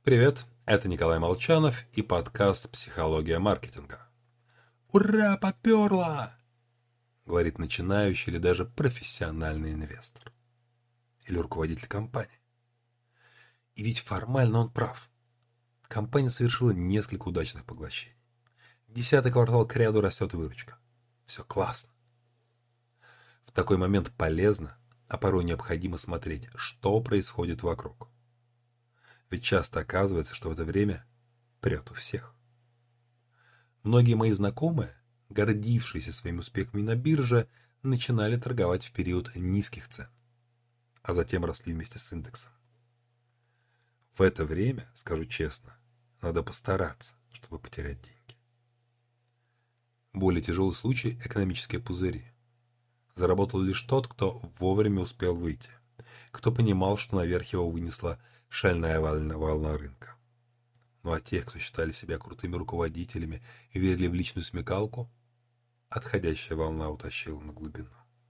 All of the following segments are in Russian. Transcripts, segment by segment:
Привет, это Николай Молчанов и подкаст «Психология маркетинга». «Ура, поперло!» — говорит начинающий или даже профессиональный инвестор. Или руководитель компании. И ведь формально он прав. Компания совершила несколько удачных поглощений. 10-й квартал к ряду растет выручка. Все классно. В такой момент полезно, а порой необходимо смотреть, что происходит вокруг. Ведь часто оказывается, что в это время прет у всех. Многие мои знакомые, гордившиеся своими успехами на бирже, начинали торговать в период низких цен, а затем росли вместе с индексом. В это время, скажу честно, надо постараться, чтобы потерять деньги. Более тяжелый случай – экономические пузыри. Заработал лишь тот, кто вовремя успел выйти, кто понимал, что наверх его вынесла шальная волна рынка. Ну а тех, кто считали себя крутыми руководителями и верили в личную смекалку, отходящая волна утащила на глубину.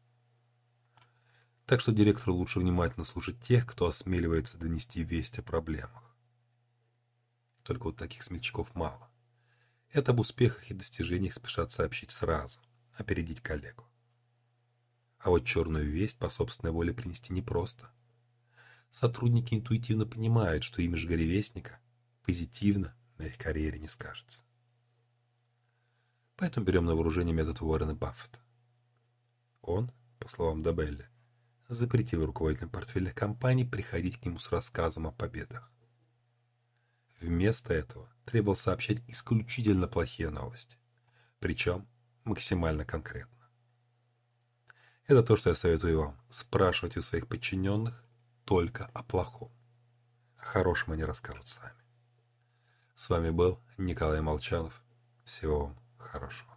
Так что директору лучше внимательно слушать тех, кто осмеливается донести весть о проблемах. Только вот таких смельчаков мало. Это об успехах и достижениях спешат сообщить сразу, опередить коллегу. А вот черную весть по собственной воле принести непросто. Сотрудники интуитивно понимают, что имидж горевестника позитивно на их карьере не скажется. Поэтому берем на вооружение метод Уоррена Баффета. Он, по словам Добелли, запретил руководителям портфельных компаний приходить к нему с рассказом о победах. Вместо этого требовал сообщать исключительно плохие новости, причем максимально конкретно. Это то, что я советую вам: спрашивать у своих подчиненных только о плохом. О хорошем они расскажут сами. С вами был Николай Молчанов. Всего вам хорошего.